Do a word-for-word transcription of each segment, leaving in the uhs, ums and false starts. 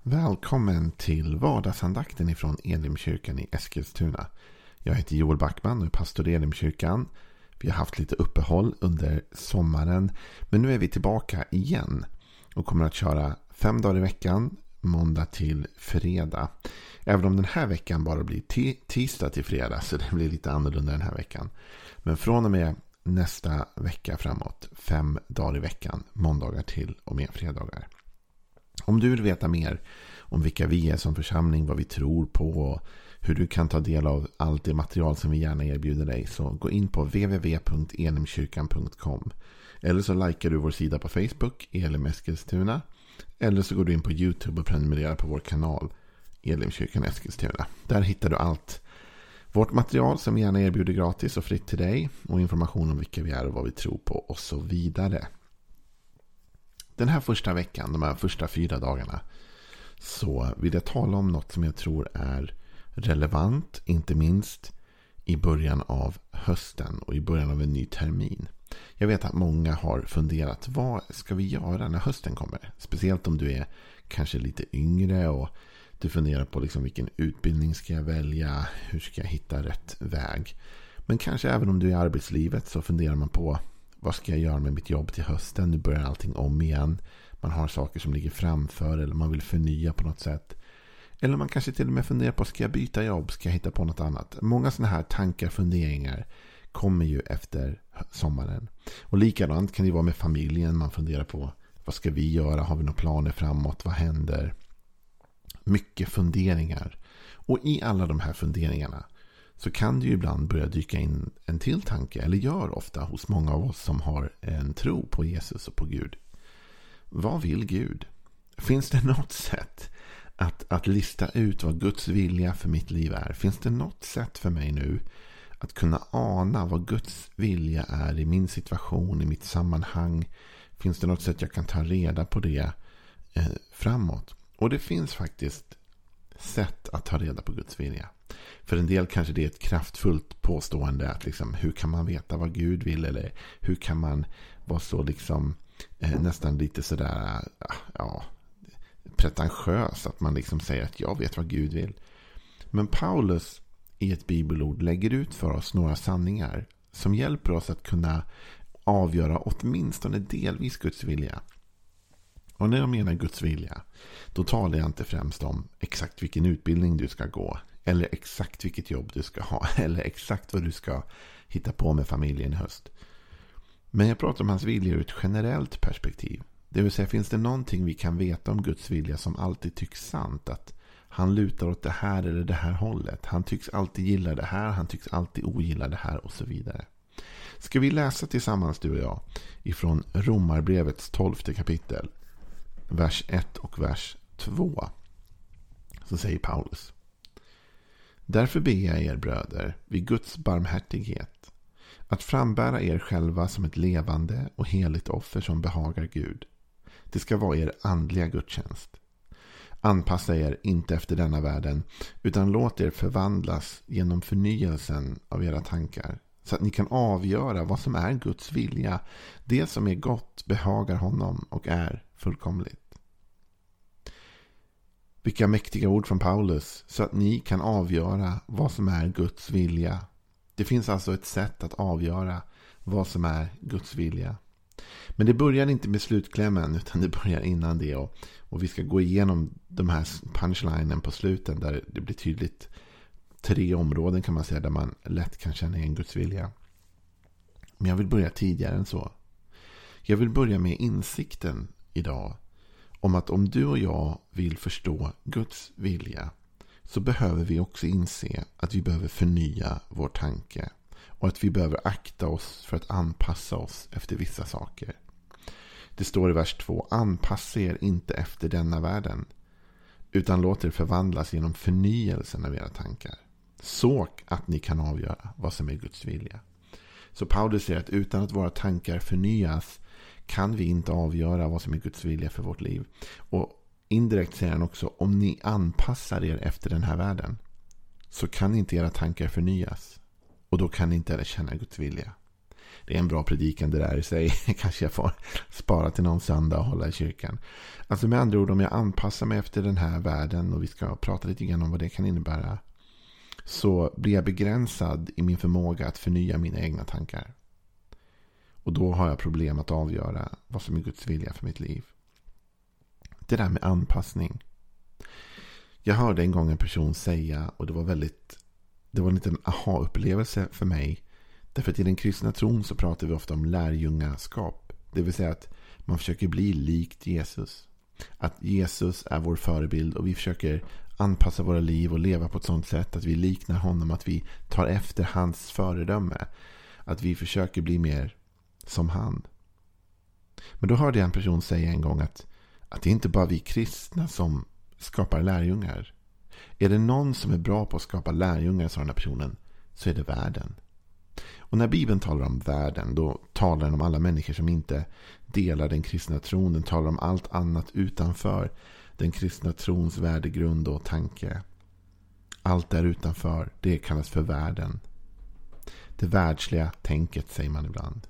Välkommen till vardagsandakten ifrån Elimkyrkan i Eskilstuna. Jag heter Joel Backman och är pastor i Elimkyrkan. Vi har haft lite uppehåll under sommaren, men nu är vi tillbaka igen och kommer att köra fem dagar i veckan, måndag till fredag. Även om den här veckan bara blir t- tisdag till fredag, så det blir lite annorlunda den här veckan. Men från och med nästa vecka framåt, fem dagar i veckan, måndagar till och med fredagar. Om du vill veta mer om vilka vi är som församling, vad vi tror på och hur du kan ta del av allt det material som vi gärna erbjuder dig, så gå in på w w w punkt elimkyrkan punkt com. Eller så likar du vår sida på Facebook, Elim Eskilstuna. Eller så går du in på YouTube och prenumererar på vår kanal, Elimkyrkan Eskilstuna. Där hittar du allt vårt material som vi gärna erbjuder gratis och fritt till dig, och information om vilka vi är och vad vi tror på och så vidare. Den här första veckan, de här första fyra dagarna, så vill jag tala om något som jag tror är relevant, inte minst i början av hösten och i början av en ny termin. Jag vet att många har funderat, vad ska vi göra när hösten kommer? Speciellt om du är kanske lite yngre och du funderar på liksom vilken utbildning ska jag välja, hur ska jag hitta rätt väg? Men kanske även om du är i arbetslivet så funderar man på, vad ska jag göra med mitt jobb till hösten? Nu börjar allting om igen. Man har saker som ligger framför eller man vill förnya på något sätt. Eller man kanske till och med funderar på, ska jag byta jobb? Ska jag hitta på något annat? Många sådana här tankar, funderingar kommer ju efter sommaren. Och likadant kan det vara med familjen. Man funderar på, vad ska vi göra? Har vi några planer framåt? Vad händer? Mycket funderingar. Och i alla de här funderingarna så kan det ju ibland börja dyka in en till tanke, eller gör ofta hos många av oss som har en tro på Jesus och på Gud. Vad vill Gud? Finns det något sätt att, att lista ut vad Guds vilja för mitt liv är? Finns det något sätt för mig nu att kunna ana vad Guds vilja är i min situation, i mitt sammanhang? Finns det något sätt jag kan ta reda på det eh, framåt? Och det finns faktiskt sätt att ta reda på Guds vilja. För en del kanske det är ett kraftfullt påstående att liksom, hur kan man veta vad Gud vill, eller hur kan man vara så liksom eh, nästan lite sådär ja, pretentiös att man liksom säger att jag vet vad Gud vill. Men Paulus i ett bibelord lägger ut för oss några sanningar som hjälper oss att kunna avgöra åtminstone delvis Guds vilja. Och när jag menar Guds vilja, då talar jag inte främst om exakt vilken utbildning du ska gå, eller exakt vilket jobb du ska ha, eller exakt vad du ska hitta på med familjen i höst. Men jag pratar om hans vilja ur ett generellt perspektiv. Det vill säga, finns det någonting vi kan veta om Guds vilja som alltid tycks sant? Att han lutar åt det här eller det här hållet. Han tycks alltid gilla det här, han tycks alltid ogilla det här och så vidare. Ska vi läsa tillsammans, du och jag, ifrån Romarbrevets tolfte kapitel, vers ett och vers två. Så säger Paulus: Därför ber jag er bröder vid Guds barmhärtighet att frambära er själva som ett levande och heligt offer som behagar Gud. Det ska vara er andliga gudstjänst. Anpassa er inte efter denna världen, utan låt er förvandlas genom förnyelsen av era tankar, så att ni kan avgöra vad som är Guds vilja, det som är gott, behagar honom och är fullkomligt. Vilka mäktiga ord från Paulus, så att ni kan avgöra vad som är Guds vilja. Det finns alltså ett sätt att avgöra vad som är Guds vilja. Men det börjar inte med slutklämmen, utan det börjar innan det. Och, och vi ska gå igenom de här punchlinen på slutet, där det blir tydligt tre områden kan man säga, där man lätt kan känna igen Guds vilja. Men jag vill börja tidigare än så. Jag vill börja med insikten idag om att om du och jag vill förstå Guds vilja, så behöver vi också inse att vi behöver förnya vår tanke och att vi behöver akta oss för att anpassa oss efter vissa saker. Det står i vers två: Anpassa er inte efter denna världen, utan låt er förvandlas genom förnyelsen av era tankar, så att ni kan avgöra vad som är Guds vilja. Så Paulus säger att utan att våra tankar förnyas kan vi inte avgöra vad som är Guds vilja för vårt liv. Och indirekt säger han också, om ni anpassar er efter den här världen, så kan inte era tankar förnyas. Och då kan ni inte heller känna Guds vilja. Det är en bra predikan det där i sig. Kanske jag får spara till någon söndag och hålla i kyrkan. Alltså med andra ord, om jag anpassar mig efter den här världen, och vi ska prata lite grann om vad det kan innebära, så blir jag begränsad i min förmåga att förnya mina egna tankar. Och då har jag problem att avgöra vad som är Guds vilja för mitt liv. Det där med anpassning. Jag hörde en gång en person säga, och det var väldigt, det var en liten aha-upplevelse för mig. Därför att i den kristna tron så pratar vi ofta om lärjungaskap. Det vill säga att man försöker bli likt Jesus. Att Jesus är vår förebild och vi försöker anpassa våra liv och leva på ett sådant sätt att vi liknar honom, att vi tar efter hans föredöme. Att vi försöker bli mer som han. Men då hörde jag en person säga en gång att, att det är inte bara vi kristna som skapar lärjungar. Är det någon som är bra på att skapa lärjungar, sa den här personen, så är det världen. Och när Bibeln talar om världen, då talar den om alla människor som inte delar den kristna tron. Den talar om allt annat utanför den kristna trons värdegrund och tanke. Allt där utanför, det kallas för världen. Det världsliga tänket, säger man ibland.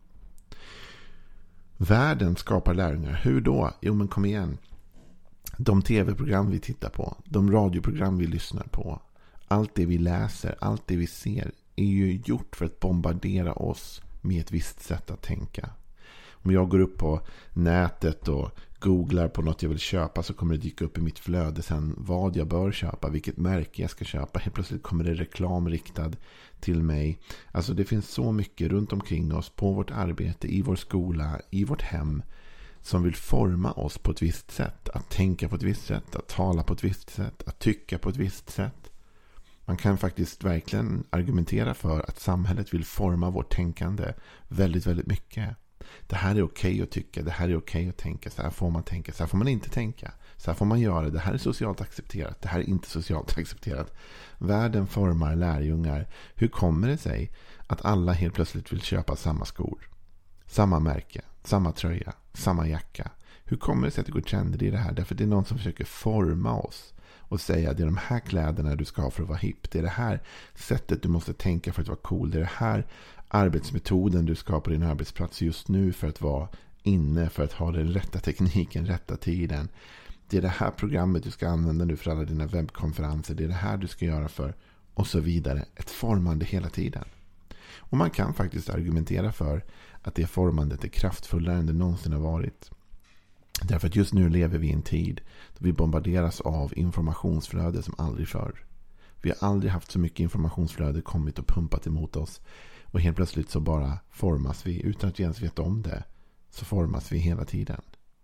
Världen skapar lärjungar. Hur då? Jo, men kom igen. De tv-program vi tittar på, de radioprogram vi lyssnar på, allt det vi läser, allt det vi ser är ju gjort för att bombardera oss med ett visst sätt att tänka. Om jag går upp på nätet och googlar på något jag vill köpa, så kommer det dyka upp i mitt flöde sen vad jag bör köpa, vilket märke jag ska köpa. Helt plötsligt kommer det reklam riktad till mig. Alltså det finns så mycket runt omkring oss, på vårt arbete, i vår skola, i vårt hem, som vill forma oss på ett visst sätt. Att tänka på ett visst sätt, att tala på ett visst sätt, att tycka på ett visst sätt. Man kan faktiskt verkligen argumentera för att samhället vill forma vårt tänkande väldigt, väldigt mycket. Det här är okej att tycka, det här är okej att tänka, så här får man tänka, så här får man inte tänka. Så här får man göra, det här är socialt accepterat, det här är inte socialt accepterat. Världen formar lärjungar. Hur kommer det sig att alla helt plötsligt vill köpa samma skor? Samma märke, samma tröja, samma jacka. Hur kommer det sig att det går trender i det här? Därför det är någon som försöker forma oss och säga att det är de här kläderna du ska ha för att vara hipp. Det är det här sättet du måste tänka för att vara cool. Det är det här arbetsmetoden du ska ha på din arbetsplats just nu för att vara inne, för att ha den rätta tekniken, rätta tiden. Det är det här programmet du ska använda nu för alla dina webbkonferenser. Det är det här du ska göra för, och så vidare. Ett formande hela tiden. Och man kan faktiskt argumentera för att det formandet är kraftfullare än det någonsin har varit. Därför att just nu lever vi i en tid då vi bombarderas av informationsflöde som aldrig förr. Vi har aldrig haft så mycket informationsflöde kommit och pumpat emot oss. Och helt plötsligt så bara formas vi, utan att vi ens vet om det, så formas vi hela tiden.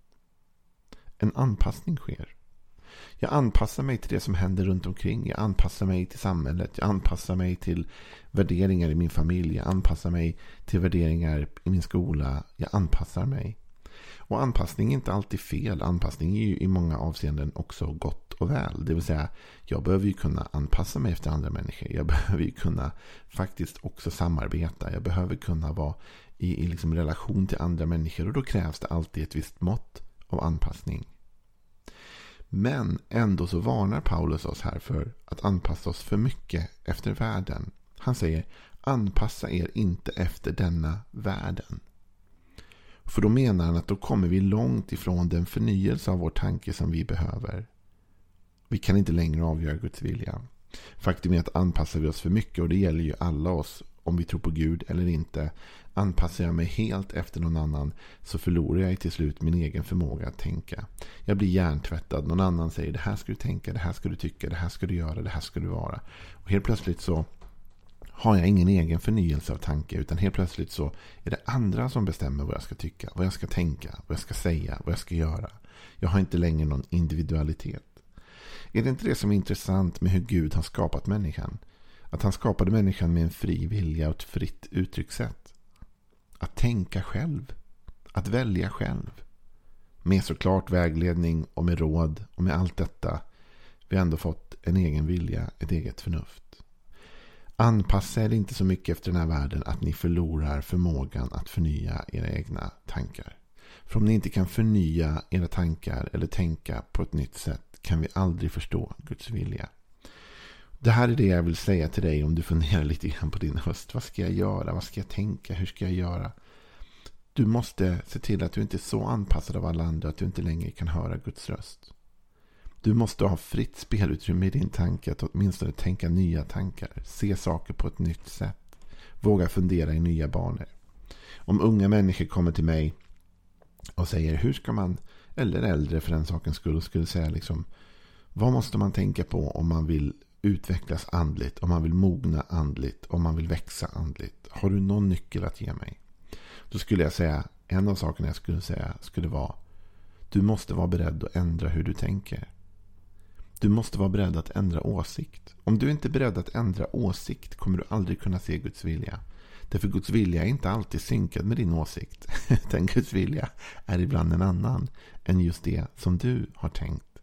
En anpassning sker. Jag anpassar mig till det som händer runt omkring. Jag anpassar mig till samhället. Jag anpassar mig till värderingar i min familj. Jag anpassar mig till värderingar i min skola. Jag anpassar mig. Och anpassning är inte alltid fel. Anpassning är ju i många avseenden också gott och väl. Det vill säga, jag behöver ju kunna anpassa mig efter andra människor. Jag behöver ju kunna faktiskt också samarbeta. Jag behöver kunna vara i, i liksom relation till andra människor. Och då krävs det alltid ett visst mått av anpassning. Men ändå så varnar Paulus oss här för att anpassa oss för mycket efter världen. Han säger, anpassa er inte efter denna världen. För då menar han att då kommer vi långt ifrån den förnyelse av vår tanke som vi behöver. Vi kan inte längre avgöra Guds vilja. Faktum är att anpassar vi oss för mycket, och det gäller ju alla oss, om vi tror på Gud eller inte. Anpassar jag mig helt efter någon annan, så förlorar jag till slut min egen förmåga att tänka. Jag blir hjärntvättad. Någon annan säger, det här ska du tänka, det här ska du tycka, det här ska du göra, det här ska du vara. Och helt plötsligt så har jag ingen egen förnyelse av tanke, utan helt plötsligt så är det andra som bestämmer vad jag ska tycka, vad jag ska tänka, vad jag ska säga, vad jag ska göra. Jag har inte längre någon individualitet. Är det inte det som är intressant med hur Gud har skapat människan? Att han skapade människan med en fri vilja och ett fritt uttryckssätt. Att tänka själv. Att välja själv. Med såklart vägledning och med råd och med allt detta. Vi har ändå fått en egen vilja, ett eget förnuft. Anpassa er inte så mycket efter den här världen att ni förlorar förmågan att förnya era egna tankar. För om ni inte kan förnya era tankar eller tänka på ett nytt sätt, kan vi aldrig förstå Guds vilja. Det här är det jag vill säga till dig om du funderar lite grann på din höst. Vad ska jag göra? Vad ska jag tänka? Hur ska jag göra? Du måste se till att du inte är så anpassad av alla andra att du inte längre kan höra Guds röst. Du måste ha fritt spelutrymme i din tanke att åtminstone tänka nya tankar. Se saker på ett nytt sätt. Våga fundera i nya banor. Om unga människor kommer till mig och säger hur ska man, eller äldre för den sakens skull, skulle säga liksom, vad måste man tänka på om man vill utvecklas andligt, om man vill mogna andligt, om man vill växa andligt? Har du någon nyckel att ge mig? Då skulle jag säga, en av sakerna jag skulle säga skulle vara, du måste vara beredd att ändra hur du tänker. Du måste vara beredd att ändra åsikt. Om du inte är beredd att ändra åsikt kommer du aldrig kunna se Guds vilja. Därför Guds vilja är inte alltid synkad med din åsikt. Den Guds vilja är ibland en annan än just det som du har tänkt.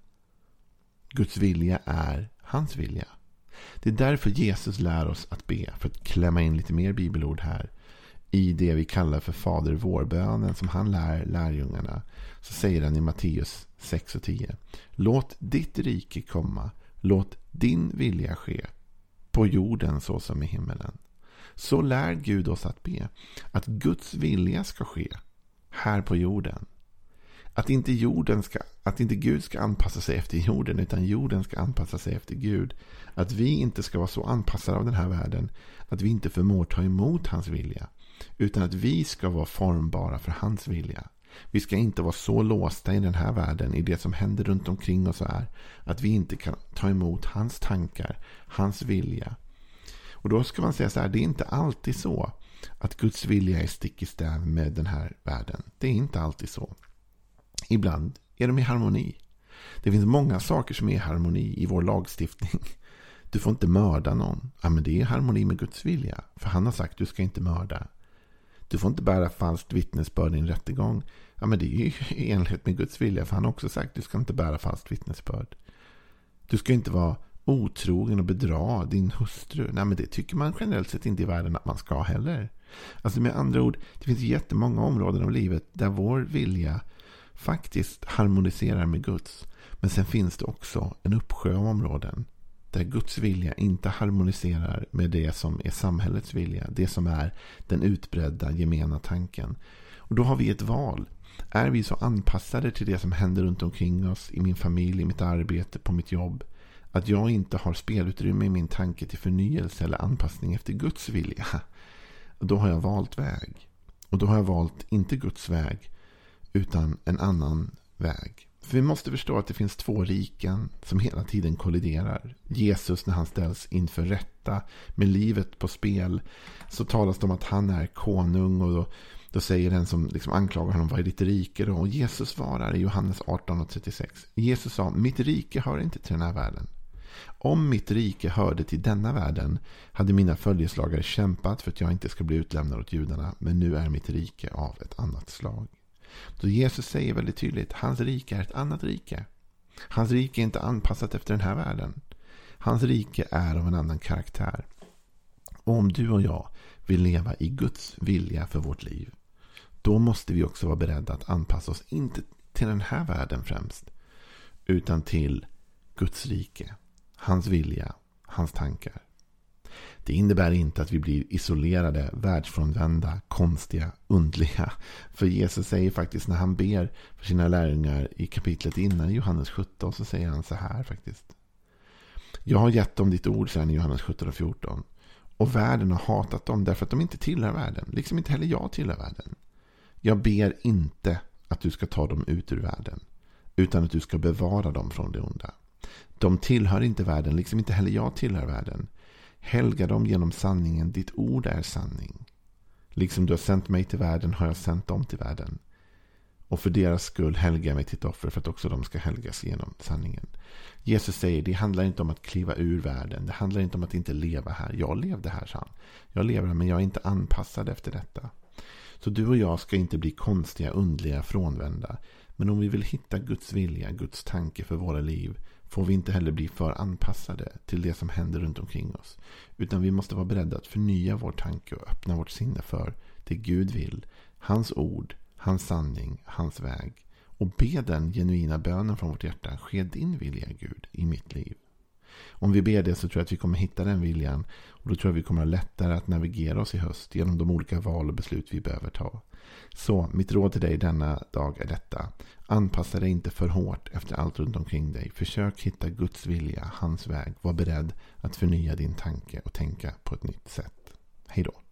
Guds vilja är hans vilja. Det är därför Jesus lär oss att be, för att klämma in lite mer bibelord här. I det vi kallar för Fader vår-bönen som han lär lärjungarna, så säger han i Matteus sex och tio: låt ditt rike komma, låt din vilja ske på jorden så som i himmelen. Så lär Gud oss att be, att Guds vilja ska ske här på jorden. Att inte jorden ska, att inte Gud ska anpassa sig efter jorden, utan jorden ska anpassa sig efter Gud. Att vi inte ska vara så anpassade av den här världen att vi inte förmår ta emot hans vilja, utan att vi ska vara formbara för hans vilja. Vi ska inte vara så låsta i den här världen, i det som händer runt omkring oss är, att vi inte kan ta emot hans tankar, hans vilja. Och då ska man säga så här, det är inte alltid så att Guds vilja är stick i stäv med den här världen. Det är inte alltid så. Ibland är de i harmoni. Det finns många saker som är i harmoni i vår lagstiftning. Du får inte mörda någon. Ja, men det är i harmoni med Guds vilja. För han har sagt du ska inte mörda. Du får inte bära falskt vittnesbörd i en rättegång. Ja, men det är ju i enlighet med Guds vilja. För han har också sagt du ska inte bära falskt vittnesbörd. Du ska inte vara otrogen och bedra din hustru. Nej, men det tycker man generellt sett inte i världen att man ska heller. Alltså med andra ord, det finns jättemånga områden av livet där vår vilja faktiskt harmoniserar med Guds. Men sen finns det också en uppsjö av områden där Guds vilja inte harmoniserar med det som är samhällets vilja. Det som är den utbredda gemena tanken. Och då har vi ett val. Är vi så anpassade till det som händer runt omkring oss, i min familj, i mitt arbete, på mitt jobb, att jag inte har spelutrymme i min tanke till förnyelse eller anpassning efter Guds vilja? Då har jag valt väg. Och då har jag valt inte Guds väg, utan en annan väg. För vi måste förstå att det finns två riken som hela tiden kolliderar. Jesus, när han ställs inför rätta med livet på spel, så talas det om att han är konung, och då, då säger den som liksom anklagar honom, vad är ditt rike då? Och Jesus svarar i Johannes arton och trettiosex. Jesus sa, mitt rike hör inte till den här världen. Om mitt rike hörde till denna världen hade mina följeslagare kämpat för att jag inte ska bli utlämnad åt judarna, men nu är mitt rike av ett annat slag. Så Jesus säger väldigt tydligt, hans rike är ett annat rike. Hans rike är inte anpassat efter den här världen. Hans rike är av en annan karaktär. Och om du och jag vill leva i Guds vilja för vårt liv, då måste vi också vara beredda att anpassa oss inte till den här världen främst, utan till Guds rike, hans vilja, hans tankar. Det innebär inte att vi blir isolerade, världsfrånvända, konstiga, undliga. För Jesus säger faktiskt, när han ber för sina lärjungar i kapitlet innan, i Johannes sjutton, så säger han så här faktiskt. Jag har gett dem ditt ord, säger han i Johannes sjutton och fjorton. Och världen har hatat dem därför att de inte tillhör världen. Liksom inte heller jag tillhör världen. Jag ber inte att du ska ta dem ut ur världen, utan att du ska bevara dem från det onda. De tillhör inte världen, liksom inte heller jag tillhör världen. Helga dem genom sanningen, ditt ord är sanning. Liksom du har sänt mig till världen har jag sänt dem till världen. Och för deras skull helgar jag mig till ett offer för att också de ska helgas genom sanningen. Jesus säger, det handlar inte om att kliva ur världen. Det handlar inte om att inte leva här. Jag levde här, sa han. Jag lever här, men jag är inte anpassad efter detta. Så du och jag ska inte bli konstiga, undliga, frånvända. Men om vi vill hitta Guds vilja, Guds tanke för våra liv, får vi inte heller bli för anpassade till det som händer runt omkring oss. Utan vi måste vara beredda att förnya vår tanke och öppna vårt sinne för det Gud vill. Hans ord, hans sanning, hans väg. Och be den genuina bönen från vårt hjärta. Ske din vilja, Gud, i mitt liv. Om vi ber det så tror jag att vi kommer hitta den viljan. Och då tror jag att vi kommer att lättare att navigera oss i höst genom de olika val och beslut vi behöver ta. Så mitt råd till dig denna dag är detta. Anpassa dig inte för hårt efter allt runt omkring dig. Försök hitta Guds vilja, hans väg. Var beredd att förnya din tanke och tänka på ett nytt sätt. Hej då.